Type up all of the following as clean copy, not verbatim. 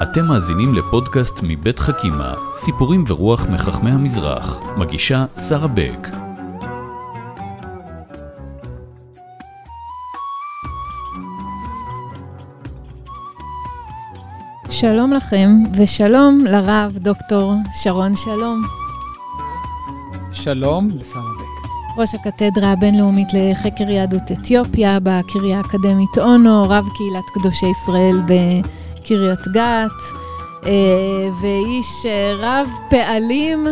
אתם מאזינים לפודקאסט מבית חכימה, סיפורים ורוח מחכמי המזרח. מגישה שרה בק. שלום לכם, ושלום לרב דוקטור שרון שלום. שלום לשרה בק. ראש הקתדרה הבינלאומית לחקר יהדות אתיופיה בקריה האקדמית אונו, רב קהילת קדושי ישראל בקריית גת, ואיש רב פעלים,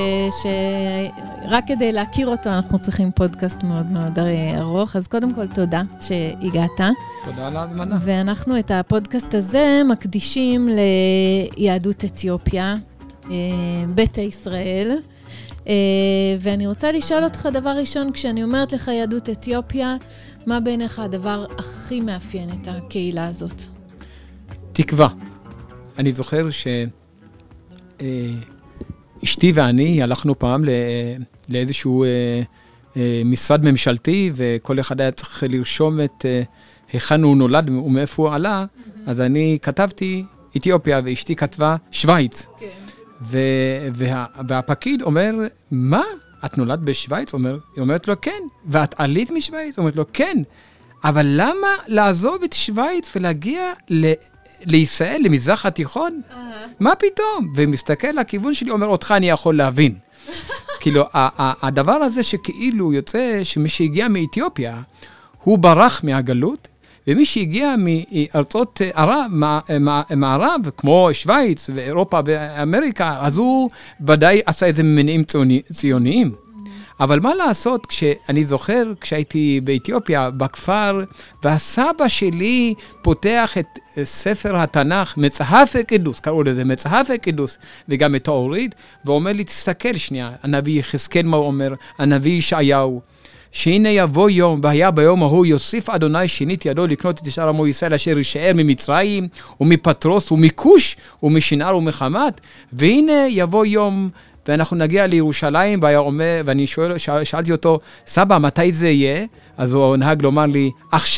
שרק כדי להכיר אותו אנחנו צריכים פודקאסט מאוד מאוד ארוך. אז קודם כל תודה שהגעת. תודה על ההזמנה. ואנחנו את הפודקאסט הזה מקדישים ליהדות אתיופיה, ביתא ישראל. ואני רוצה לשאול אותך דבר ראשון, כשאני אומרת לך יהדות אתיופיה, מה בעיניך הדבר הכי מאפיין את הקהילה הזאת? תקווה. אני זוכר שאשתי ואני הלכנו פעם לאיזשהו משרד ממשלתי, וכל אחד היה צריך לרשום את היכן הוא נולד ומאיפה הוא עלה, אז אני כתבתי אתיופיה, ואשתי כתבה שוויץ. כן. והפקיד אומר, מה? את נולדת בשוויץ? היא אומרת לו, כן. ואת עלית משוויץ? אומרת לו, כן. אבל למה לעזוב את שוויץ ולהגיע לישראל, למזרח התיכון? מה פתאום? ומסתכל לכיוון שלי, אומר, אותך אני יכול להבין. כאילו, הדבר הזה שכאילו יוצא שמי שהגיע מאתיופיה, הוא ברח מהגלות, ומי שהגיע מארצות מערב, כמו שוויץ ואירופה ואמריקה, אז הוא ודאי עשה את זה ממניעים ציוניים. אבל מה לעשות, כשאני זוכר, כשהייתי באתיופיה, בכפר, והסבא שלי פותח את ספר התנ"ך, מצחף הקדוס, קראו לזה מצחף הקדוס, וגם את האורית, ואומר לי, תסתכל שנייה, הנביא יחזקאל מה אומר, הנביא ישעיהו, שהנה יבוא יום, והיה ביום ההוא יוסיף אדוני שנית ידו לקנות את שאר עמו ישראל אשר יישאר ממצרים ומפטרוס ומכוש ומשנער ומחמת, והנה יבוא יום ואנחנו נגיע לירושלים, והיה אומר, ואני שאלתי אותו, סבא, מתי זה יהיה? אז הוא נהג לומר לי,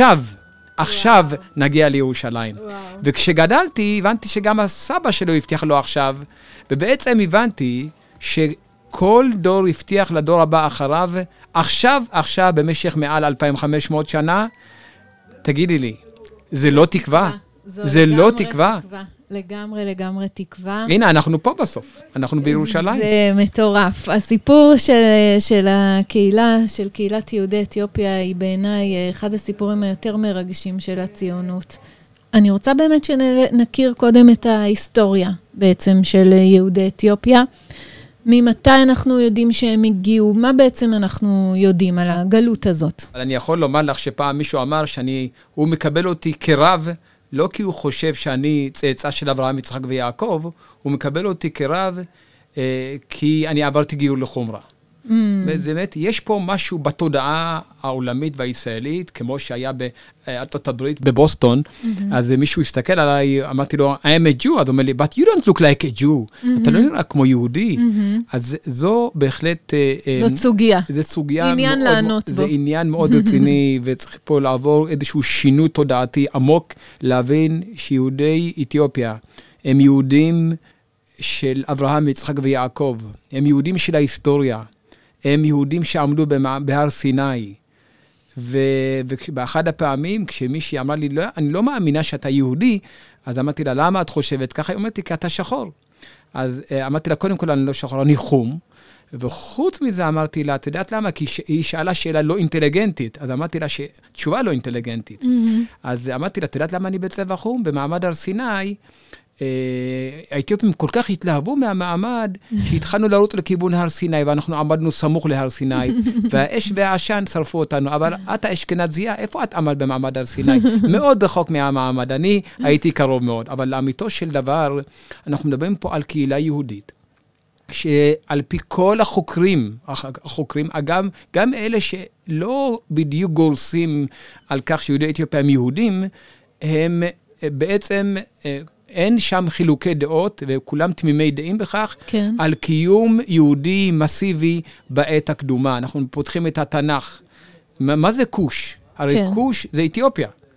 עכשיו נגיע לירושלים. וכשגדלתי הבנתי שגם הסבא שלו הבטיח לו עכשיו, ובעצם הבנתי כל דור הבטיח לדור הבא אחריו, עכשיו, במשך מעל 2,500 שנה, תגידי לי, זה לא תקווה? זה לא תקווה? לגמרי תקווה. הנה, אנחנו פה בסוף, אנחנו בירושלים. זה מטורף. הסיפור של הקהילה, של קהילת יהודי אתיופיה, היא בעיניי אחד הסיפורים היותר מרגשים של הציונות. אני רוצה באמת שנכיר קודם את ההיסטוריה בעצם של יהודי אתיופיה. ממתי אנחנו יודעים שהם הגיעו? מה בעצם אנחנו יודעים על הגלות הזאת? אני יכול לומר לך שפעם מישהו אמר שהוא מקבל אותי כרב, לא כי הוא חושב שאני צאצא של אברהם, יצחק ויעקב, הוא מקבל אותי כרב כי אני עברתי גיור לחומרה. באמת, יש פה משהו בתודעה העולמית והישראלית, כמו שהיה בארצות הברית, בבוסטון, אז מישהו הסתכל עליי, אמרתי לו, I am a Jew, אז הוא אומר לי, but you don't look like a Jew, אתה לא נראה כמו יהודי. אז זו בהחלט... זאת סוגיה. זה סוגיה עניין מאוד, לענות בו. זה עניין מאוד רציני, וצריך פה לעבור איזשהו שינוי תודעתי עמוק, להבין שיהודי אתיופיה הם יהודים של אברהם, יצחק ויעקב, הם יהודים של ההיסטוריה, הם יהודים שעמדו בהר סיני, ובאחד הפעמים, כשמישהי אמרה לי, אני לא מאמינה שאתה יהודי, אז אמרתי לה, למה את חושבת ככה? היא אומרת לי, כי אתה שחור. אז אמרתי לה, קודם כל אני לא שחור, אני חום, וחוץ מזה אמרתי לה, את יודעת למה? כי היא שאלה שאלה לא אינטליגנטית, אז אמרתי לה שתשובה לא אינטליגנטית. אז אמרתי לה, את יודעת למה אני בצבע חום? במעמד הר סיני, האתיופים כל כך התלהבו מהמעמד, שהתחלנו לרוץ לכיוון הר סיני, ואנחנו עמדנו סמוך להר סיני, והאש והעשן שרפו אותנו, אבל את האשכנזייה, איפה את עמד במעמד הר סיני? מאוד רחוק מהמעמד, אני הייתי קרוב מאוד, אבל לאמיתו של דבר, אנחנו מדברים פה על קהילה יהודית, שעל פי כל החוקרים, אגב, גם אלה שלא בדיוק גורסים על כך שיהודי אתיופיה הם יהודים, הם בעצם... אין שם חילוקי דעות, וכולם תמימי דעים בכך, כן. על קיום יהודי מסיבי בעת הקדומה. אנחנו פותחים את התנ"ך. מה זה כוש? הרי כן. כוש זה אתיופיה.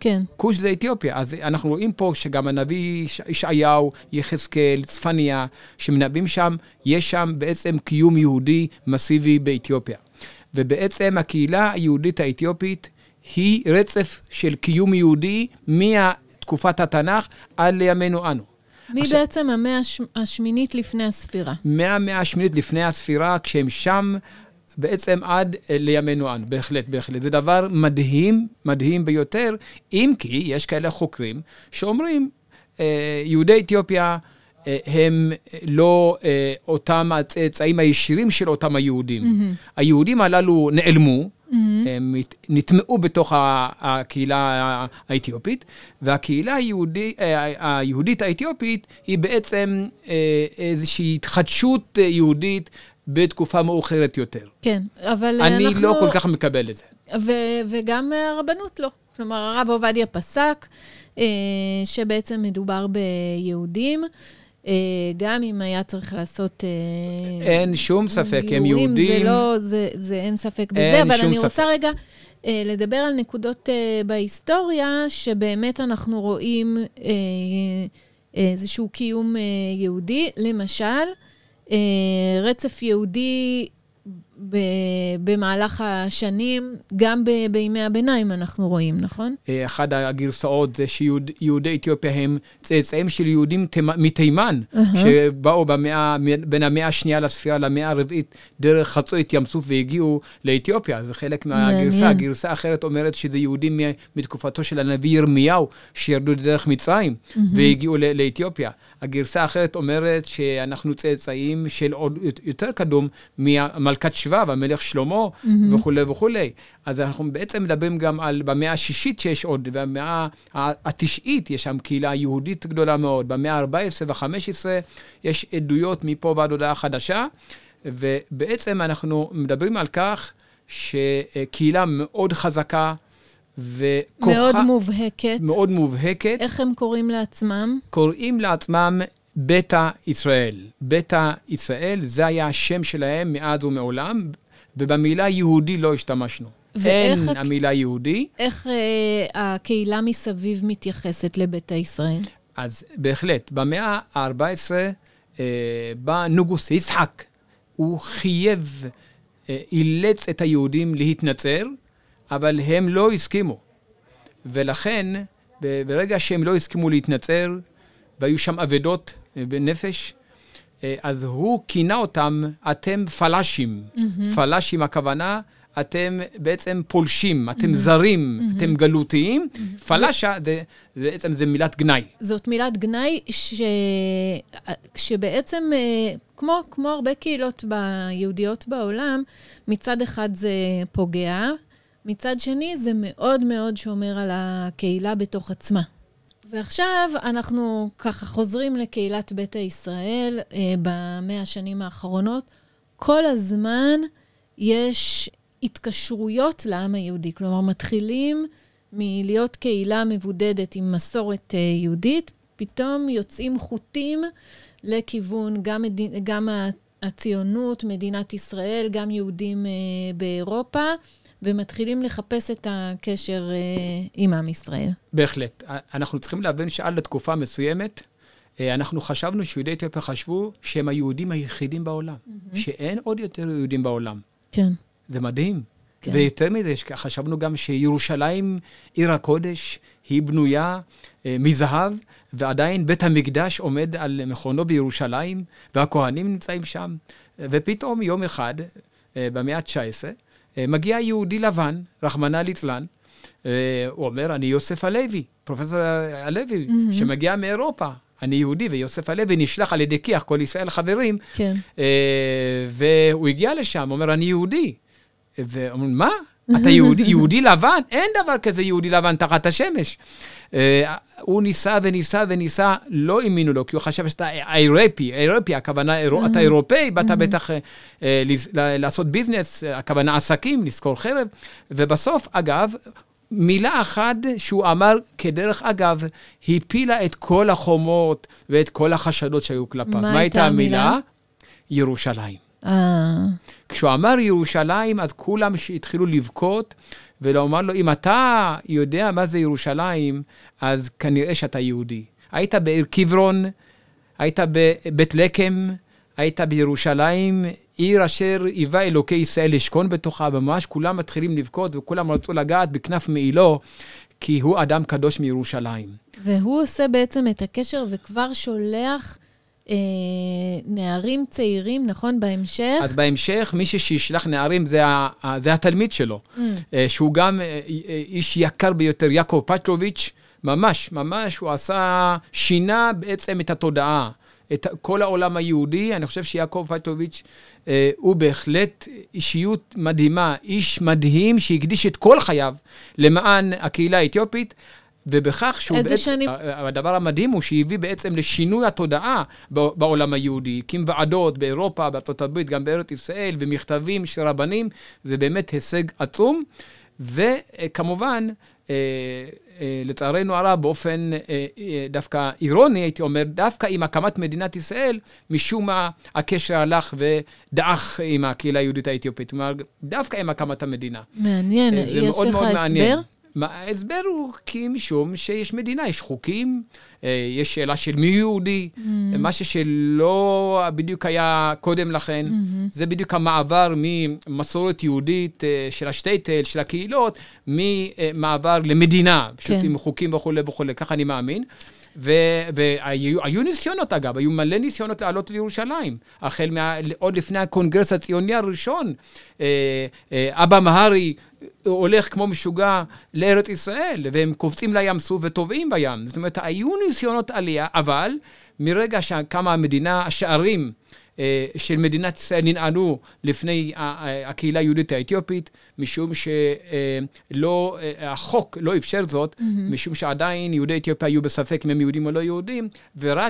כן. כוש זה אתיופיה. אז אנחנו רואים פה שגם הנביא ישעיהו, יחזקאל, צפניה, שמנבאים שם, יש שם בעצם קיום יהודי מסיבי באתיופיה. ובעצם הקהילה היהודית האתיופית היא רצף של קיום יהודי מתקופת התנ"ך עד לימינו אנו. בעצם המאה השמינית לפני הספירה. המאה השמינית לפני הספירה, כשהם שם בעצם עד לימינו אנו, בהחלט. זה דבר מדהים ביותר, אם כי יש כאלה חוקרים שאומרים, יהודי אתיופיה הם לא אותם הצאצאים הישירים של אותם היהודים. היהודים הללו נעלמו, הם נטמעו בתוך הקהילה האתיופית, והקהילה היהודית האתיופית היא בעצם איזושהי התחדשות יהודית בתקופה מאוחרת יותר. כן, אבל אני לא כל כך מקבל את זה. וגם הרבנות לא. כלומר, הרב עובדיה פסק, שבעצם מדובר ביהודים, גם אם היה צריך לעשות... אין שום ספק, הם יהודים. זה אין ספק בזה, אבל אני רוצה רגע לדבר על נקודות בהיסטוריה, שבאמת אנחנו רואים איזשהו קיום יהודי. למשל, רצף יהודי במהלך השנים, גם בימי הביניים אנחנו רואים, נכון? אחד הגרסאות זה שיהודי אתיופיה הם צאצאים של יהודים מתימן, שבאו בין המאה השנייה לספירה למאה הרביעית, דרך חצו את ים סוף והגיעו לאתיופיה. זה חלק מהגרסה. הגרסה האחרת אומרת שזה יהודים מתקופתו של הנביא ירמיהו, שירדו דרך מצרים והגיעו לאתיופיה. הגרסה האחרת אומרת שאנחנו צאצאים של עוד יותר קדום ממלכת שבא, המלך שלמה וכו' וכו'. אז אנחנו בעצם מדברים גם על במאה השישית שיש עוד, ובמאה התשעית יש שם קהילה יהודית גדולה מאוד. במאה ה-14 ו-15 יש עדויות מפה ועד הודעה חדשה, ובעצם אנחנו מדברים על כך שקהילה מאוד חזקה, מאוד מובהקת. איך הם קוראים לעצמם? קוראים לעצמם ביתא ישראל. ביתא ישראל, זה היה השם שלהם מאז ומעולם, ובמילה יהודי לא השתמשנו. אין המילה יהודי. איך הקהילה מסביב מתייחסת לביתא ישראל? אז בהחלט, במאה ה-14 בא נוגוס יצחק, הוא חייב, אילץ את היהודים להתנצר, אבל הם לא הסכימו. ולכן, ברגע שהם לא הסכימו להתנצר, והיו שם עבדות בנפש, אז הוא כינה אותם, אתם פלשים. פלשים הכוונה, אתם בעצם פולשים, אתם זרים, אתם גלותיים. פלשה, בעצם זה מילת גנאי. זאת מילת גנאי שבעצם, כמו הרבה קהילות יהודיות בעולם, מצד אחד זה פוגע, מצד שני זה מאוד מאוד שומר על הקהילה בתוך עצמה. ועכשיו אנחנו ככה חוזרים לקהילת ביתא ישראל במאה השנים האחרונות. כל הזמן יש התקשרויות לעם היהודי. כלומר, מתחילים מלהיות קהילה מבודדת עם מסורת יהודית, פתאום יוצאים חוטים לכיוון גם הציונות, מדינת ישראל, גם יהודים באירופה, ומתחילים לחפש את הקשר עם עם ישראל. בהחלט. אנחנו צריכים להבין שעד לתקופה מסוימת, אנחנו חשבנו שיהודי אתיופיה חשבו שהם היהודים היחידים בעולם, שאין עוד יותר יהודים בעולם. כן. זה מדהים. כן. ויותר מזה, חשבנו גם שירושלים, עיר הקודש, היא בנויה מזהב, ועדיין בית המקדש עומד על מכונו בירושלים, והכהנים נמצאים שם. ופתאום יום אחד, במאה ה-19, מגיע יהודי לבן, רחמנא ליצלן, הוא אומר, אני יוסף הלוי, פרופסור הלוי, שמגיע מאירופה. אני יהודי, ויוסף הלוי נשלח על ידי כיח, כל ישראל חברים, כן. והוא הגיע לשם, הוא אומר, אני יהודי. ואומר, מה? אתה יהודי לבן? אין דבר כזה יהודי לבן תחת השמש. הוא ניסה וניסה וניסה, לא האמינו לו, כי הוא חשב שאתה אירופי, הכוונה, אתה אירופאי, באת בטח לעשות ביזנס, הכוונה עסקים, לזכור חרב, ובסוף, אגב, מילה אחת שהוא אמר, כדרך אגב, הפילה את כל החומות ואת כל החשדות שהיו כלפיו. מה הייתה המילה? ירושלים. כשהוא אמר ירושלים, אז כולם התחילו לבכות, ולומר לו, אם אתה יודע מה זה ירושלים, אז כנראה שאתה יהודי. היית בעיר קברון, היית בבית לחם, היית בירושלים, עיר אשר היווה אלוקי ישראל לשכון בתוכה, ממש כולם מתחילים לבכות, וכולם רצו לגעת בכנף מעילו, כי הוא אדם קדוש מירושלים. והוא עושה בעצם את הקשר, וכבר שולח נערים צעירים, נכון? בהמשך? אז בהמשך, מי שישלח נערים זה התלמיד שלו, שהוא גם איש יקר ביותר, יעקב פטלוביץ', ממש, הוא שינה בעצם את התודעה, את כל העולם היהודי. אני חושב שיעקב פטלוביץ' הוא בהחלט אישיות מדהימה, איש מדהים שהקדיש את כל חייו למען הקהילה האתיופית, ובכך שהוא בעצם, הדבר המדהים הוא שהביא בעצם לשינוי התודעה בעולם היהודי, הקים ועדות באירופה, בארצות הברית, גם בארץ ישראל, ומכתבים של רבנים, זה באמת הישג עצום, וכמובן, לצערנו הרב, באופן דווקא אירוני, הייתי אומר, דווקא עם הקמת מדינת ישראל, משום מה הקשר הלך ודעך עם הקהילה היהודית האתיופית, כלומר, דווקא עם הקמת המדינה. מעניין, יש לך הסבר? ההסבר הוא כי משום שיש מדינה, יש חוקים, יש שאלה של מי יהודי, משהו שלא בדיוק היה קודם לכן, זה בדיוק המעבר ממסורת יהודית של השטייטל, של הקהילות, ממעבר למדינה, פשוט עם חוקים וכו' וכו', ככה אני מאמין. והיו ניסיונות אגב, היו מלא ניסיונות לעלות לירושלים, החל עוד לפני הקונגרס הציוני הראשון, אבא מהרי הולך כמו משוגע לארץ ישראל, והם קופצים לים סוף וטובעים בים, זאת אומרת, היו ניסיונות עלייה, אבל מרגע שקמה המדינה, השערים של מדינת ישראל ננעלו לפני הקהילה היהודית האתיופית, משום שלא, החוק לא אפשר זאת, משום שעדיין יהודי אתיופיה היו בספק אם הם יהודים או לא יהודים, ורק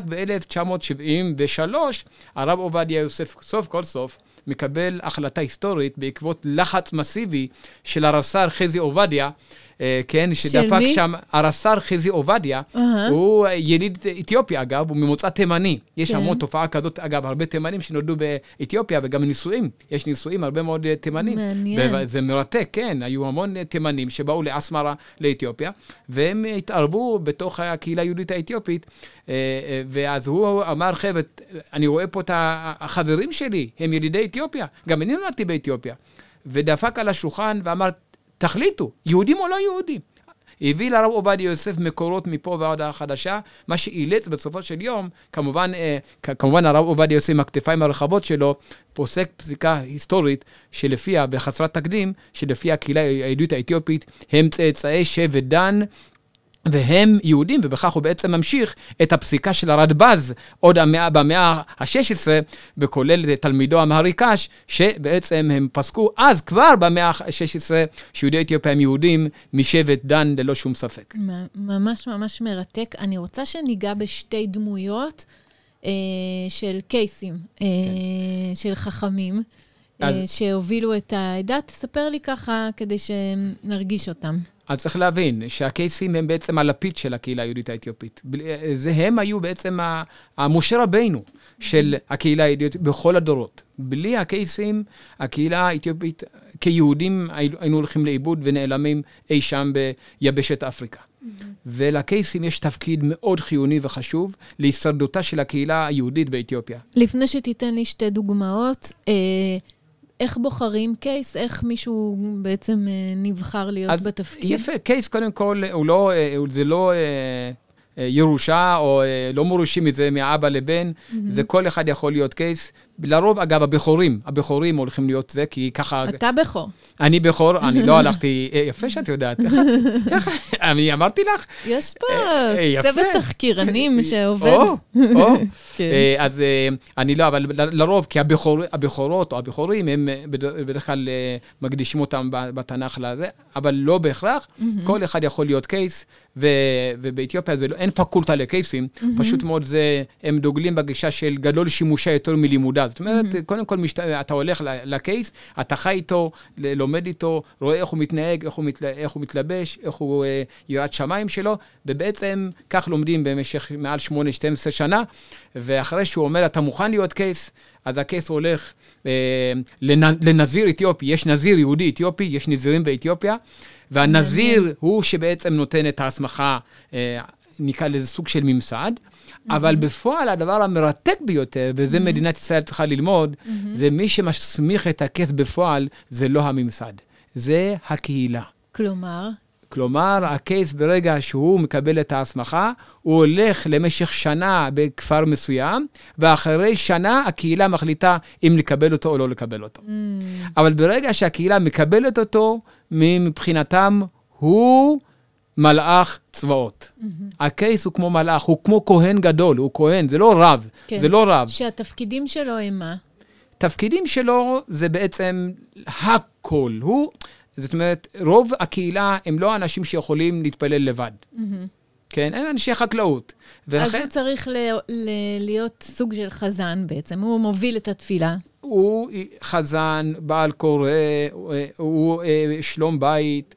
ב-1973 הרב עובדיה יוסף סוף כל סוף מקבל החלטה היסטורית בעקבות לחץ מסיבי של הרס"ר חזי עובדיה, כן, שדפק שם, הרס"ר חזי עובדיה, הוא יליד אתיופיה אגב, הוא ממוצא תימני. יש המון תופעה כזאת, אגב, הרבה תימנים שנולדו באתיופיה, וגם נישואים. יש נישואים, הרבה מאוד תימנים. מעניין. זה מרתק, כן, היו המון תימנים שבאו לאסמרה, לאתיופיה, והם התערבו בתוך הקהילה היהודית האתיופית, ואז הוא אמר, חבר'ה, אני רואה פה את החברים שלי, הם ילידי אתיופיה, גם אני נולדתי באתיופיה, ודפק על השולחן ואמר, תחליטו, יהודים או לא יהודים. הביא לרב עובדיה יוסף מקורות מפה ועד החדשה, מה שאילץ בסופו של יום, כמובן הרב עובדיה יוסף עם הכתפיים הרחבות שלו, פוסק פסיקה היסטורית שלפיה, בחסרת תקדים, שלפיה הקהילה היהודית האתיופית, הם צאצאי שבט דן, והם יהודים, ובכך הוא בעצם ממשיך את הפסיקה של הרדב"ז, עוד במאה ה-16, וכולל תלמידו המהרי קש, שבעצם הם פסקו אז כבר במאה ה-16, שיהודי אתיופיה הם יהודים משבט דן ללא שום ספק. ממש ממש מרתק. אני רוצה שניגע בשתי דמויות של קייסים, של חכמים, שהובילו את העדה. תספר לי ככה כדי שנרגיש אותם. אז צריך להבין שהקייסים הם בעצם הלפיד של הקהילה היהודית האתיופית. הם היו בעצם המשה רבינו של הקהילה היהודית בכל הדורות. בלי הקייסים, הקהילה האתיופית כיהודים היינו הולכים לאיבוד ונעלמים אי שם ביבשת אפריקה. ולקייסים יש תפקיד מאוד חיוני וחשוב להישרדותה של הקהילה היהודית באתיופיה. לפני שתיתן לי שתי דוגמאות, איך בוחרים קייס? איך מישהו בעצם נבחר להיות בתפקיד? יפה, קייס קודם כל, זה לא ירושה, או לא מורושים את זה מהאבא לבן, זה כל אחד יכול להיות קייס. לרוב, אגב, הבכורים הולכים להיות זה, כי ככה... אתה בכור. אני בכור, אני לא הלכתי... יפה שאת יודעת. אני אמרתי לך? יש פה צוות תחקירנים שעובד. אז אני לא, אבל לרוב, כי הבכורות או הבכורים, הם בדרך כלל מקדישים אותם בתנ"ך לזה, אבל לא בהכרח. כל אחד יכול להיות קייס, ובאתיופיה אין פקולטה לקייסים, פשוט מאוד הם דוגלים בגישה של גדול שימושה יותר מלימודה. זאת אומרת, קודם כל אתה הולך לקייס, אתה חי איתו, לומד איתו, רואה איך הוא מתנהג, איך הוא מתלבש, איך הוא יראת שמיים שלו, ובעצם כך לומדים במשך מעל 8-12 שנה, ואחרי שהוא אומר, אתה מוכן להיות קייס, אז הקייס הולך לנזיר אתיופי, יש נזיר יהודי אתיופי, יש נזירים באתיופיה, והנזיר הוא שבעצם נותן את ההסמכה, נקרא לזה סוג של ממסד, אבל בפועל הדבר המרתק ביותר, וזה מדינת ישראל צריכה ללמוד, זה מי שמסמיך את הכס בפועל, זה לא הממסד, זה הקהילה. כלומר, הכס ברגע שהוא מקבל את ההסמכה, הוא הולך למשך שנה בכפר מסוים, ואחרי שנה הקהילה מחליטה אם לקבל אותו או לא לקבל אותו. אבל ברגע שהקהילה מקבלת אותו, מבחינתם הוא מלאך צבאות. הכס הוא כמו מלאך, הוא כמו כהן גדול, הוא כהן, זה לא רב, זה לא רב. שהתפקידים שלו הם מה? תפקידים שלו זה בעצם הכל, זאת אומרת, רוב הקהילה הם לא אנשים שיכולים להתפלל לבד. כן, הם אנשי חקלאות. אז הוא צריך להיות סוג של חזן בעצם, הוא מוביל את התפילה. הוא חזן, בעל קורא, הוא שלום בית,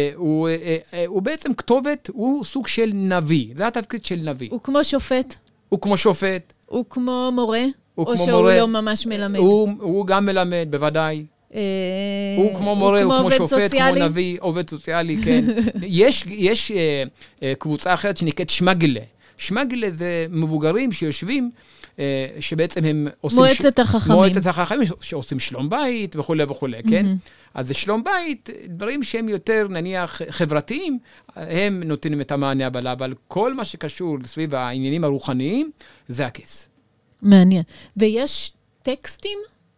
הוא בעצם כתובת, הוא סוג של נביא, זה התפקיד של נביא. הוא כמו שופט? הוא כמו שופט. הוא כמו מורה? או שהוא לא ממש מלמד? הוא גם מלמד, בוודאי. הוא כמו מורה, הוא כמו שופט, כמו נביא, עובד סוציאלי, כן. יש קבוצה אחרת שנקראת שמגלה. שמגלה זה מבוגרים שיושבים, שבעצם הם עושים... מועצת החכמים. מועצת החכמים, שעושים שלום בית וכו' וכו', כן? אז זה שלום בית, דברים שהם יותר, נניח, חברתיים, הם נותנים את המענה הבלה, אבל כל מה שקשור סביב העניינים הרוחניים, זה הכס. מעניין. ויש טקסטים?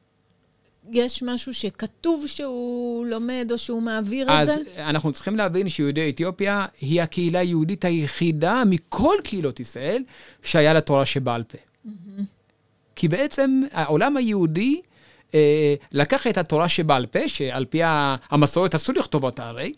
יש משהו שכתוב שהוא לומד או שהוא מעביר את זה? אז אנחנו צריכים להבין שיהודי אתיופיה היא הקהילה היהודית היחידה מכל קהילות ישראל שהיה לה תורה שבעל פה. כי בעצם העולם היהודי לקח את התורה שבעל פה, שעל פי המסורת אסור לכתוב אותה הרי,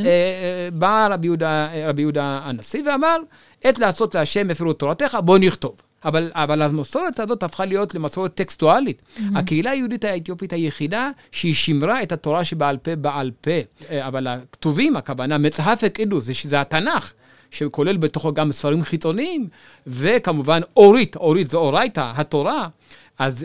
בא רבי יהודה הנשיא ואמר, עת לעשות להשם הפרו תורתך, בוא נכתוב. אבל המסורת הזאת הפכה להיות למסורת טקסטואלית. הקהילה היהודית האתיופית היחידה שהיא שימרה את התורה שבעל פה בעל פה. אבל הכתובים, הכוונה, מצחף הקדוש, זה התנ"ך, שכולל בתוכו גם ספרים חיצוניים, וכמובן אורית זה אורייתא, התורה. אז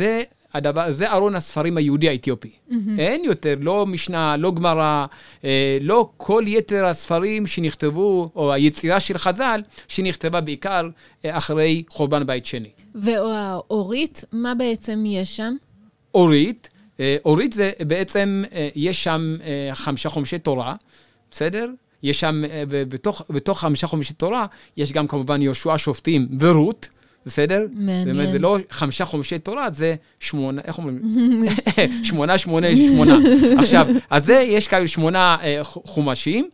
זה ארון הספרים היהודי האתיופי. אין יותר, לא משנה, לא גמרא, לא כל יתר הספרים שנכתבו, או היצירה של חז"ל, שנכתבה בעיקר אחרי חורבן בית שני. והאורית, מה בעצם יש שם? אורית זה בעצם, יש שם 5 חומשי תורה, בסדר? יש שם, בתוך 5 חומשי תורה, יש גם כמובן יהושע שופטים ורות, בסדר? מעניין. זה לא 5 חומשי תורה, זה 8, איך אומרים? 8. עכשיו, אז זה, יש כאלה 8 חומשים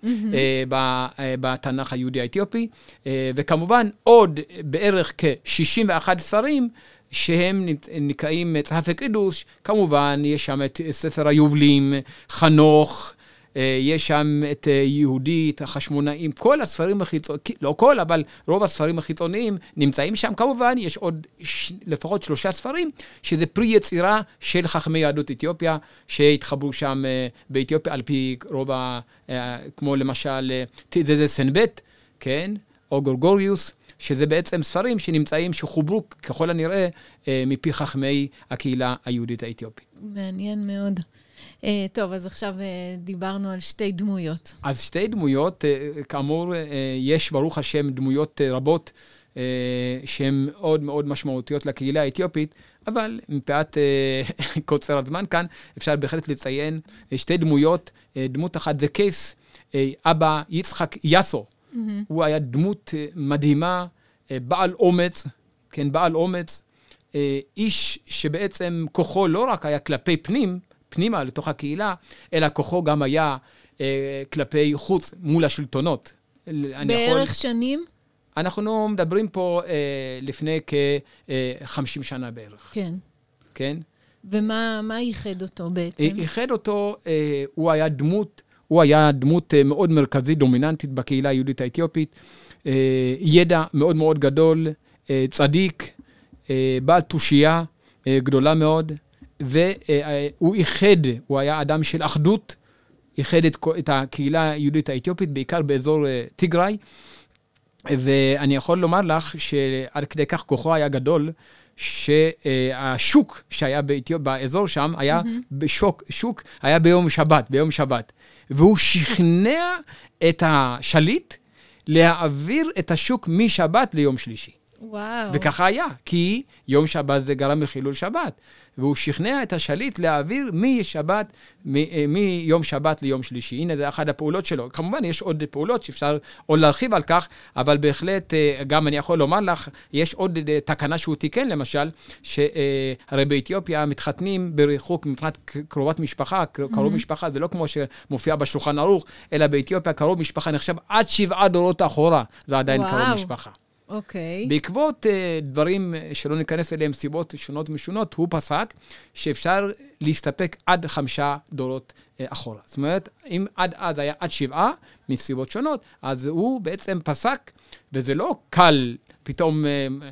בתנ"ך היהודי האתיופי, וכמובן עוד בערך כ-61 ספרים, שהם נקראים מצחף הקדוש, כמובן יש שם את ספר היובלים, חנוך, יש שם את יהודית, החשמונאים, כל הספרים החיצוניים, לא כל, אבל רוב הספרים החיצוניים נמצאים שם. כמובן, יש עוד לפחות 3 ספרים, שזה פרי יצירה של חכמי יהדות אתיופיה, שהתחברו שם באתיופיה, על פי רוב, כמו למשל, זה סנבט, כן? או גורגוריוס, שזה בעצם ספרים שנמצאים, שחוברו ככל הנראה, מפי חכמי הקהילה היהודית האתיופית. מעניין מאוד. טוב, אז עכשיו דיברנו על 2 דמויות. אז 2 דמויות, כאמור, יש ברוך השם דמויות רבות, שהן מאוד מאוד משמעותיות לקהילה האתיופית, אבל מפאת קוצר הזמן כאן, אפשר בהחלט לציין 2 דמויות. דמות אחת זה קייס, אבא יצחק יאסו. הוא היה דמות מדהימה, בעל אומץ, כן, בעל אומץ, איש שבעצם כוחו לא רק היה כלפי פנימה לתוך הקהילה, אלא כוחו גם היה כלפי חוץ מול השלטונות. בערך שנים? אנחנו מדברים פה לפני כ-50 שנה בערך. כן. כן? ומה ייחד אותו בעצם? ייחד אותו, הוא היה דמות מאוד מרכזית, דומיננטית בקהילה היהודית האתיופית, ידע מאוד מאוד גדול, צדיק, בעל תושייה גדולה מאוד, והוא הוא היה אדם של אחדות, ייחד את הקהילה היהודית האתיופית, בעיקר באזור טיגריי, ואני יכול לומר לך שעד כדי כך כוחו היה גדול, שהשוק שהיה באזור שם היה שוק היה ביום שבת, והוא שכנע את השליט להעביר את השוק משבת ליום שלישי. וואו. וככה היה, כי יום שבת זה גרם לחילול שבת. והוא שכנע את השליט להעביר מיום שבת ליום שלישי. הנה, זה אחת הפעולות שלו. כמובן, יש עוד פעולות שאפשר עוד להרחיב על כך, אבל בהחלט, גם אני יכול לומר לך, יש עוד תקנה שהוא תיקן, למשל, שהרי באתיופיה מתחתנים בריחוק מבחינת קרובת משפחה, קרוב משפחה, זה לא כמו שמופיע בשולחן ערוך, אלא באתיופיה קרוב משפחה נחשב עד 7 דורות אחורה, זה עדיין קרוב משפחה. אוקיי. בעקבות דברים שלא ניכנס אליהם, סיבות שונות ומשונות, הוא פסק שאפשר להסתפק עד 5 דורות אחורה. זאת אומרת, אם עד אז היה עד 7 מסיבות שונות, אז הוא בעצם פסק, וזה לא קל פתאום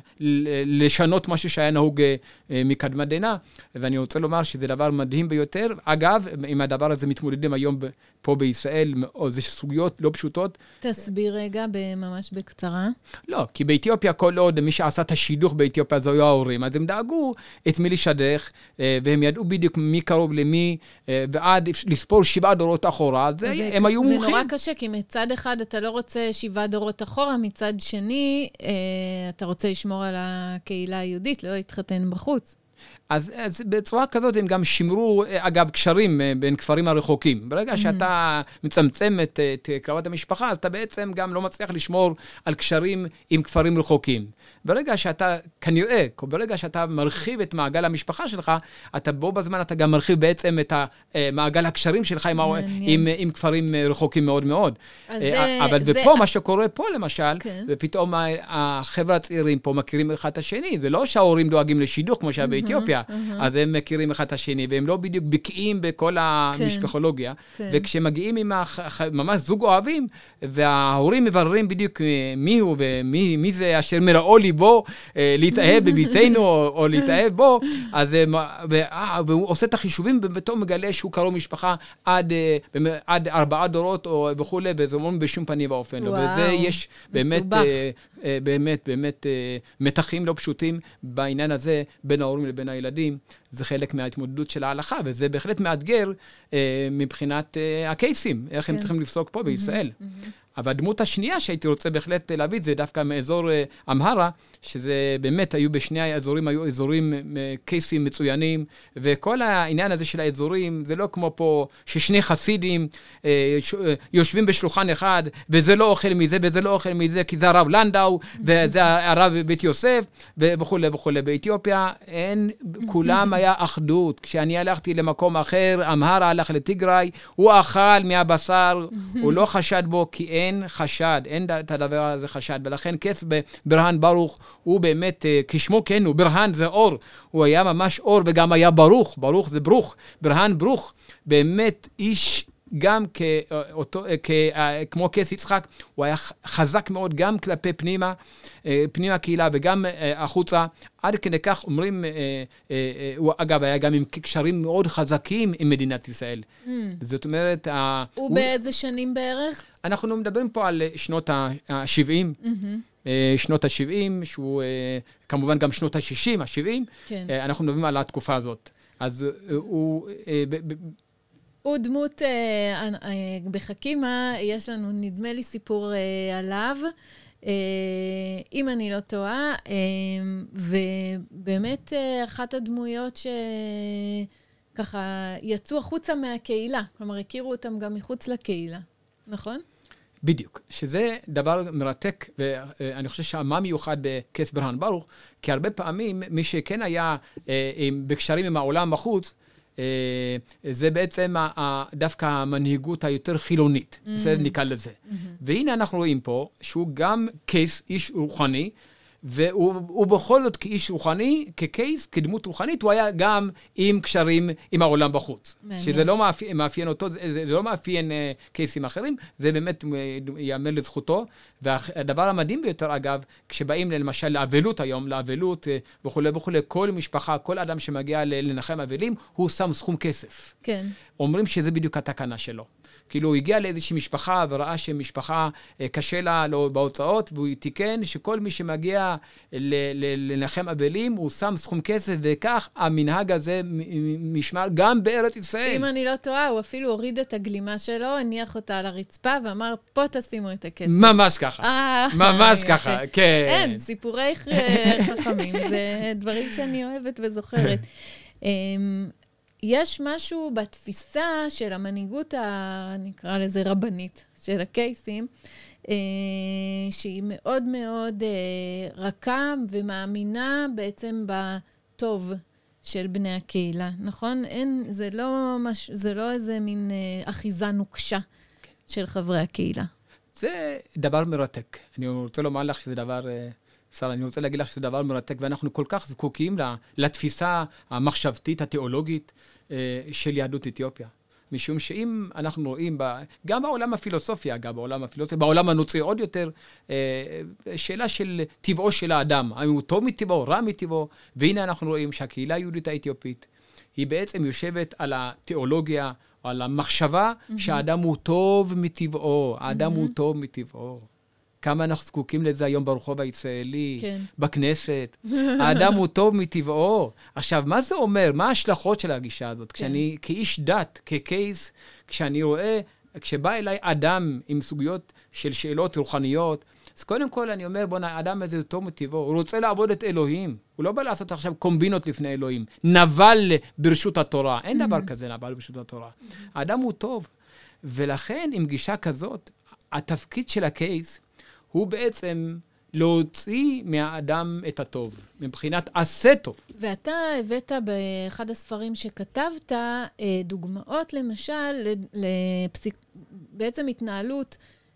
לשנות משהו שהיה נהוג מקדמת דנא, ואני רוצה לומר שזה דבר מדהים ביותר. אגב, עם הדבר הזה מתמודדים היום פה בישראל, זה סוגיות לא פשוטות. תסביר רגע ממש בקצרה. לא, כי באתיופיה כל עוד מי שעשה את השידוך באתיופיה זה היו ההורים, אז הם דאגו את מי לשדך, והם ידעו בדיוק מי קרוב למי, ועד לספור 7 דורות אחורה, אז הם היו מומחים. זה נורא קשה, כי מצד אחד אתה לא רוצה 7 דורות אחורה, מצד שני אתה רוצה לשמור על הקהילה היהודית, לא להתחתן בחוץ. אז בצורה כזאת הם גם שימרו, אגב, קשרים בין כפרים הרחוקים. ברגע שאתה מצמצם את קרבת המשפחה, אז אתה בעצם גם לא מצליח לשמור על קשרים עם כפרים רחוקים. ברגע שאתה, כנראה, ברגע שאתה מרחיב את מעגל המשפחה שלך, אתה בו בזמן אתה גם מרחיב בעצם את מעגל הקשרים שלך עם כפרים רחוקים מאוד מאוד. אבל ופה, מה שקורה פה למשל, ופתאום החבר'ה הצעירים פה מכירים אחד את השני. זה לא שההורים דואגים לשידוך כמו שהיה באתיופיה, אז הם מכירים אחד את השני, והם לא בדיוק בקיאים בכל המשפחולוגיה. וכשמגיעים עם ממש זוג אוהבים, וההורים מבררים בדיוק מי הוא ומי זה אשר מראו ליבו להתאהב בביתנו או להתאהב בו, והוא עושה את החישובים ובתום מגלה שהוא קרוב משפחה עד 4 דורות וכו', וזה אומרים בשום פנים ואופן. וזה יש באמת מתחים לא פשוטים בעניין הזה בין ההורים לבין הילדים. זה חלק מההתמודדות של ההלכה, וזה בהחלט מאתגר מבחינת הקייסים, איך הם צריכים לפסוק פה בישראל. אבל הדמות השנייה שהייתי רוצה בהחלט להביא, זה דווקא מאזור אמהרה, שזה באמת היו בשני האזורים, היו אזורים קייסים מצוינים, וכל העניין הזה של האזורים, זה לא כמו פה ששני חסידים יושבים בשולחן אחד, וזה לא אוכל מזה, וזה לא אוכל מזה, כי זה הרב לנדאו, וזה הרב בית יוסף, וכו' וכו'. באתיופיה אין, כולם היה אחדות. כשאני הלכתי למקום אחר, אמהרה הלך לטיגריי, הוא אכל מהבשר, הוא לא חשד בו, כי אין חשד, אין את הדבר הזה חשד, ולכן קייס ברהן ברוך, הוא באמת, כשמו כן, הוא ברהן זה אור, הוא היה ממש אור, וגם היה ברוך, ברוך זה ברוך, ברהן ברוך, באמת איש גם כמו קייס יצחק, הוא היה חזק מאוד גם כלפי פנימה הקהילה וגם החוצה, עד כדי כך אומרים, הוא אגב היה גם עם קשרים מאוד חזקים עם מדינת ישראל. זאת אומרת, הוא באיזה שנים בערך? אנחנו מדברים פה על שנות ה-70, שנות ה-70, שהוא כמובן גם שנות ה-60, ה-70, אנחנו מדברים על התקופה הזאת. אז הוא דמות, בחכימה, יש לנו נדמה לי סיפור עליו, אם אני לא טועה, ובאמת אחת הדמויות שככה יצאו החוצה מהקהילה, כלומר הכירו אותם גם מחוץ לקהילה, נכון? בדיוק, שזה דבר מרתק, ואני חושב שהמה מיוחד בקייס ברהן ברוך, כי הרבה פעמים מי שכן היה בקשרים עם העולם בחוץ, זה בעצם דווקא המנהיגות היותר חילונית, בסדר נקרא לזה. והנה אנחנו רואים פה שהוא גם קייס איש רוחני, והוא בכל זאת כאיש רוחני, כקייס, כדמות רוחנית, הוא היה גם עם קשרים עם העולם בחוץ. שזה לא מאפיין אותו, זה לא מאפיין קייסים אחרים, זה באמת יאמר לזכותו. והדבר המדהים ביותר, אגב, כשבאים למשל לאבלות היום, לאבלות וכו' וכו', כל משפחה, כל אדם שמגיע לנחם אבלים, הוא שם סכום כסף. כן. אומרים שזה בדיוק התקנה שלו. כאילו הוא הגיע לאיזושהי משפחה וראה שמשפחה קשה לה בהוצאות, והוא תיקן שכל מי שמגיע בא לנחם אבלים, הוא שם סכום כסף, וכך המנהג הזה משמר גם בארץ ישראל. אם אני לא טועה, הוא אפילו הוריד את הגלימה שלו, הניח אותה על הרצפה, ואמר, פה תשימו את הכסף. ממש ככה. ממש ככה, כן. אין, סיפורי חכמים, זה דברים שאני אוהבת וזוכרת. יש משהו בתפיסה של המנהיגות, נקרא לזה רבנית, של הקייסים, שהיא מאוד מאוד רכה ומאמינה בעצם בטוב של בני הקהילה, נכון? זה לא איזה מין אחיזה נוקשה של חברי הקהילה. זה דבר מרתק. אני רוצה לומר לך שזה דבר... שרה, אני רוצה להגיד לך שזה דבר מרתק, ואנחנו כל כך זקוקים לתפיסה המחשבתית, התיאולוגית של יהדות אתיופיה. משום שאם אנחנו רואים, גם בעולם הפילוסופיה, בעולם הנוצרי עוד יותר, שאלה של טבעו של האדם, האם הוא טוב מטבעו, רע מטבעו, והנה אנחנו רואים שהקהילה היהודית האתיופית, היא בעצם יושבת על התיאולוגיה, על המחשבה שהאדם הוא טוב מטבעו, האדם הוא טוב מטבעו. כמה אנחנו זקוקים לזה היום ברחוב הישראלי, כן. בכנסת. האדם הוא טוב מטבעו. עכשיו, מה זה אומר? מה ההשלכות של הגישה הזאת? כן. כשאני, כאיש דת, כקייס, כשאני רואה, כשבא אליי אדם עם סוגיות של שאלות רוחניות, אז קודם כל אני אומר, בוא, האדם הזה הוא טוב מטבעו, הוא רוצה לעבוד את אלוהים. הוא לא בא לעשות עכשיו קומבינות לפני אלוהים. נבל ברשות התורה. אין דבר כזה נבל ברשות התורה. האדם הוא טוב. ולכן, עם גישה כזאת, התפקיד של הקייס, הוא בעצם להוציא מהאדם את הטוב, מבחינת עשה טוב. ואתה הבאת באחד הספרים שכתבת דוגמאות, למשל, בעצם התנהלות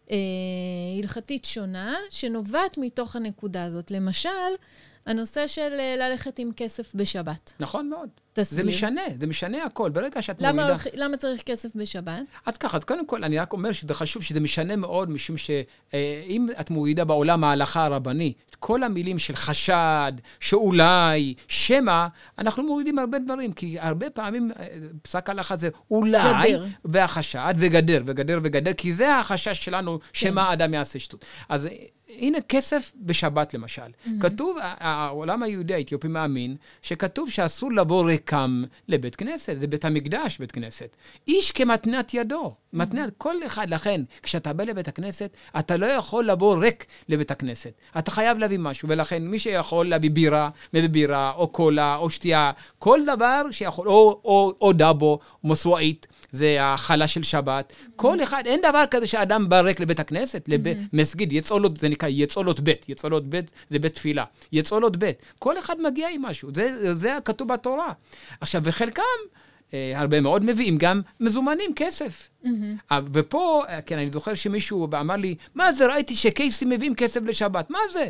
הלכתית שונה, שנובעת מתוך הנקודה הזאת. למשל, הנושא של ללכת עם כסף בשבת. נכון מאוד. תסביר. זה משנה הכל. ברגע שאת מורידה... למה צריך כסף בשבת? אז ככה, אז קודם כל, אני רק אומר שזה חשוב, שזה משנה מאוד, משום שאם את מורידה בעולם ההלכה הרבני, כל המילים של חשד, שאולי, שמה, אנחנו מורידים הרבה דברים, כי הרבה פעמים פסק ההלכה זה אולי, גדר. והחשד, וגדר, כי זה החשש שלנו, שמה האדם יעשה שטות. אז... הנה כסף בשבת למשל. כתוב, העולם היהודי האתיופי מאמין, שכתוב שאסור לבוא ריקם לבית כנסת, זה בית המקדש בית כנסת. איש כמתנת ידו, מתנת כל אחד, לכן, כשאתה בא לבית הכנסת, אתה לא יכול לבוא ריק לבית הכנסת. אתה חייב להביא משהו, ולכן מי שיכול להביא בירה, או קולה, או שתייה, כל דבר שיכול, או דאבו, מסועית, זה החלה של שבת. כל אחד, אין דבר כזה שאדם בא ריק לבית הכנסת, למסגיד, יצאולות, זה נקרא יצאולות בית. יצאולות בית זה בית תפילה. יצאולות בית. כל אחד מגיע עם משהו. זה כתוב בתורה. עכשיו, וחלקם, הרבה מאוד מביאים גם מזומנים, כסף. ופה, כן, אני זוכר שמישהו אמר לי, מה זה? ראיתי שקייסים מביאים כסף לשבת. מה זה?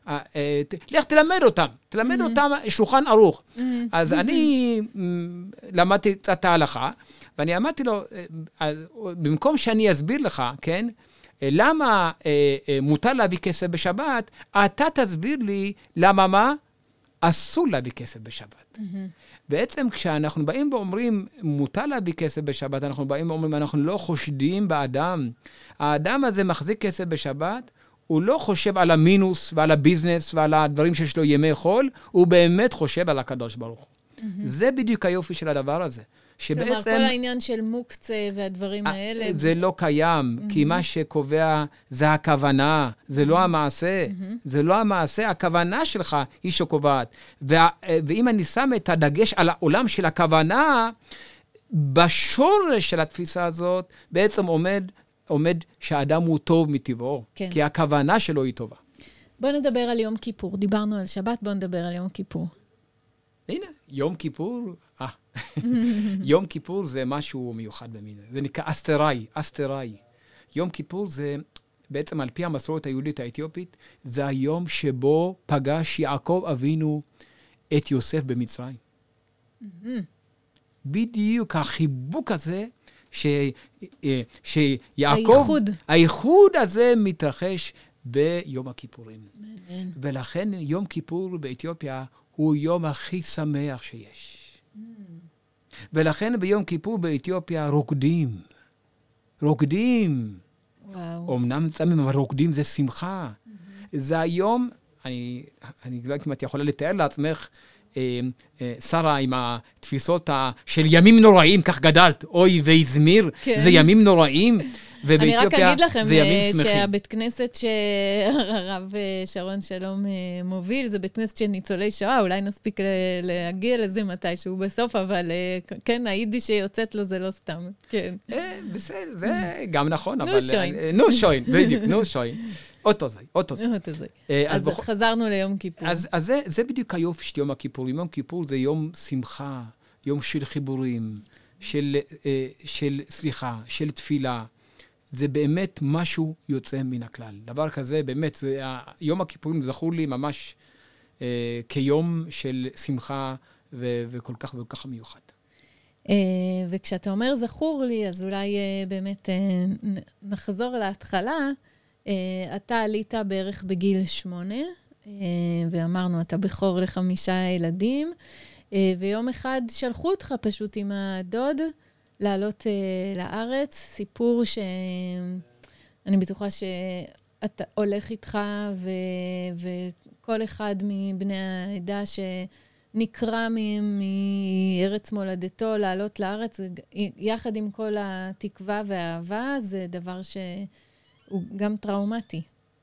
לך תלמד אותם שולחן ערוך. אז אני למדתי קצת ההלכה, ואני אמרתי לו, במקום שאני אסביר לך, כן, למה מותר להביא כסף בשבת, אתה תסביר לי למה מה? אסור להביא כסף בשבת. בעצם כשאנחנו באים ואומרים, מותר להביא כסף בשבת, אנחנו באים ואומרים, אנחנו לא חושדים באדם. האדם הזה מחזיק כסף בשבת, הוא לא חושב על המינוס ועל הביזנס ועל הדברים שיש לו ימי חול, הוא באמת חושב על הקדוש ברוך הוא. זה בדיוק היופי של הדבר הזה. כלומר, כל העניין של מוקצה והדברים האלה... זה לא קיים, כי מה שקובע זה הכוונה, זה לא המעשה. זה לא המעשה, הכוונה שלך היא שקובעת. ואם אני שם את הדגש על העולם של הכוונה, בשורש של התפיסה הזאת בעצם עומד שהאדם הוא טוב מטבעו, כן. כי הכוונה שלו היא טובה. בוא נדבר על יום כיפור. דיברנו על שבת, בוא נדבר על יום כיפור. הנה, יום כיפור, יום כיפור זה משהו מיוחד במינה. זה נקרא אסתראי. יום כיפור זה, בעצם על פי המסורת היהודית האתיופית, זה היום שבו פגש יעקב אבינו את יוסף במצרים. בדיוק החיבוק הזה, שיעקב, האיחוד הזה מתרחש ביום הכיפורים. ולכן יום כיפור באתיופיה הוא יום הכי שמח שיש. ולכן ביום כיפור באתיופיה רוקדים. אמנם צמים, אבל רוקדים זה שמחה. זה היום אני לא יודעת אם את יכולה לתאר לעצמך, שרה, עם התפיסות של ימים נוראים, כך גדלת, אוי ויזמיר, זה ימים נוראים, אני רק אגיד לכם זה ימים שמחים. שהבית כנסת שהרב שרון שלום מוביל, זה בית כנסת של ניצולי שואה, אולי נספיק להגיע לזה מתישהו בסוף, אבל כן, היידיש שיוצאת לו זה לא סתם, כן. בסדר, זה גם נכון, אבל... נו שוין. נו שוין, בדיוק, נו שוין. אותו זי. אז חזרנו ליום כיפור. אז זה בדיוק היופי של יום הכיפורים. יום כיפור זה יום שמחה, יום של חיבורים, של סליחה, של תפילה. זה באמת משהו יוצא מן הכלל. דבר כזה, באמת, יום הכיפורים זכור לי ממש כיום של שמחה וכל כך וכל כך מיוחד. וכשאתה אומר זכור לי, אז אולי באמת נחזור להתחלה. אתה עלית בערך בגיל 8, ואמרנו, אתה בכור ל5 ילדים, ויום אחד שלחו אותך פשוט עם הדוד לעלות לארץ, סיפור שאני בטוחה שאתה הולך איתך, וכל אחד מבני העדה שנקרא מארץ מולדתו לעלות לארץ, יחד עם כל התקווה והאהבה, זה דבר שהוא גם טראומטי.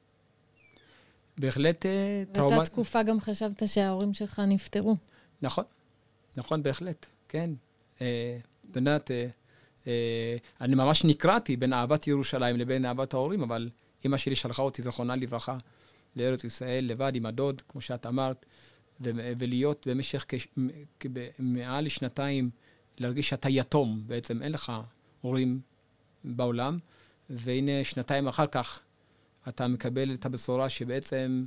בהחלט טראומטי. ואתה תקופה גם חשבת שההורים שלך נפטרו. נכון, נכון, בהחלט, כן. את יודעת, אני ממש נקראתי בין אהבת ירושלים לבין אהבת ההורים, אבל אמא שלי שלחה אותי זכרונה לברכה לארץ ישראל, לבד עם הדוד, כמו שאת אמרת, ולהיות במשך מעל 2 להרגיש שאתה יתום, בעצם אין לך הורים בעולם, והנה 2 אחר כך אתה מקבל את הבשורה שבעצם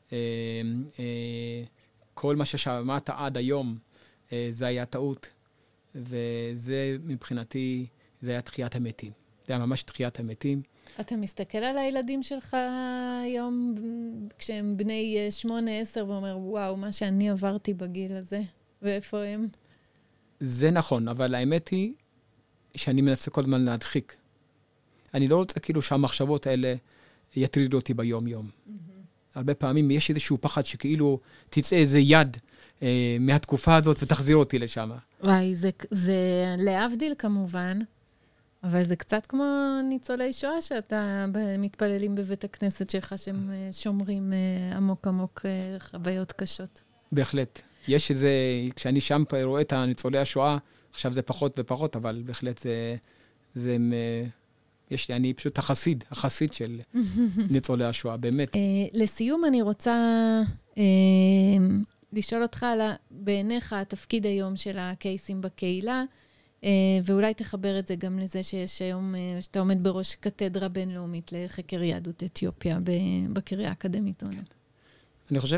כל מה ששמעת עד היום זה היה טעות, וזה מבחינתי, זה היה תחיית המתים. זה היה ממש תחיית המתים. אתה מסתכל על הילדים שלך היום, כשהם בני 8-10, ואומר, וואו, מה שאני עברתי בגיל הזה, ואיפה הם? זה נכון, אבל האמת היא שאני מנסה כל הזמן להדחיק. אני לא רוצה כאילו שהמחשבות האלה יטרידו אותי ביום-יום. הרבה פעמים יש איזשהו פחד שכאילו תצא איזה יד מהתקופה הזאת ותחזיר אותי לשם. וואי, זה להבדיל כמובן, אבל זה קצת כמו ניצולי שואה שאתה מתפללים בבית הכנסת שלך, שהם שומרים עמוק עמוק חוויות קשות. בהחלט. יש איזה, כשאני שם רואה את הניצולי השואה, עכשיו זה פחות ופחות, אבל בהחלט זה יש לי, אני פשוט החסיד של ניצולי השואה, באמת. לסיום אני רוצה לשאול אותך על בעיניך התפקיד היום של הקייסים בקהילה, ואולי תחבר את זה גם לזה שיש היום, שאתה עומד בראש קתדרה בינלאומית לחקר יהדות אתיופיה בקריה האקדמית אונו. אני חושב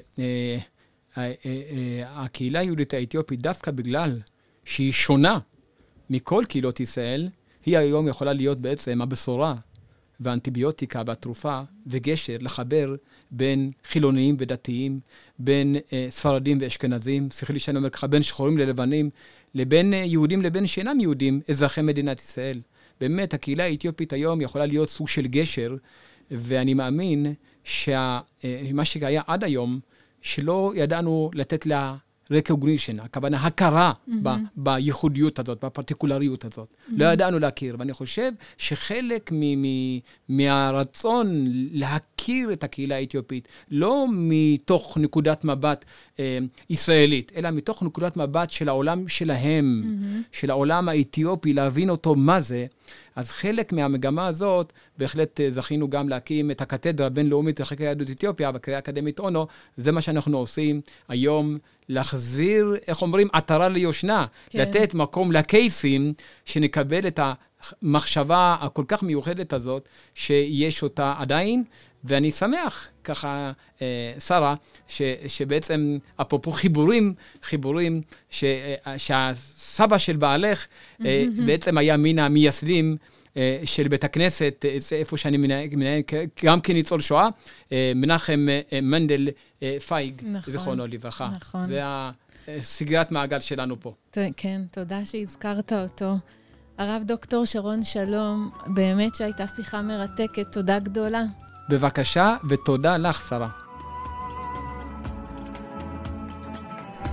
שהקהילה היהודית האתיופית, דווקא בגלל שהיא שונה מכל קהילות ישראל, היא היום יכולה להיות בעצם הבשורה והאנטיביוטיקה והתרופה וגשר לחבר בין חילוניים ודתיים, בין ספרדים ואשכנזים, סליחה לי שאני אומר ככה, בין שחורים ללבנים, לבין יהודים לבין שאינם יהודים, אזרחי מדינת ישראל. באמת, הקהילה האתיופית היום יכולה להיות סוג של גשר, ואני מאמין שמה שהיה עד היום, שלא ידענו לתת לה recognition, הכוונה הכרה בייחודיות הזאת, בפרטיקולריות הזאת. לא ידענו להכיר, ואני חושב שחלק מהרצון להכיר את הקהילה האתיופית, לא מתוך נקודת מבט ישראלית, אלא מתוך נקודת מבט של העולם שלהם, של העולם האתיופי, להבין אותו מה זה, אז חלק מהמגמה הזאת, בהחלט זכינו גם להקים את הקתדרה הבינלאומית לחקר יהדות אתיופיה, בקריה האקדמית אונו, זה מה שאנחנו עושים היום, להחזיר, איך אומרים, עטרה ליושנה, כן. לתת מקום לקייסים, שנקבל את המחשבה הכל כך מיוחדת הזאת, שיש אותה עדיין, ואני שמח, ככה, שרה, שבעצם, אפרופו חיבורים, שהסבא של בעלך, בעצם היה מן המייסדים, של בית הכנסת, איפה שאני מנהל, גם כניצול שואה, מנחם מנדל פייג, זכרונו לברכה. נכון. זה הסגירת מעגל שלנו פה. כן, תודה שהזכרת אותו. הרב דוקטור שרון שלום, באמת שהייתה שיחה מרתקת, תודה גדולה. בבקשה, ותודה לך, שרה.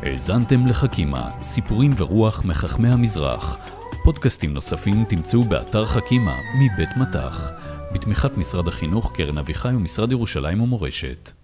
האזנתם לחכימה, סיפורים ורוח מחכמי המזרח. פודקאסטים נוספים תמצאו באתר חכימה מבית מטח, בתמיכת משרד החינוך, קרן אביחי ומשרד ירושלים ומורשת.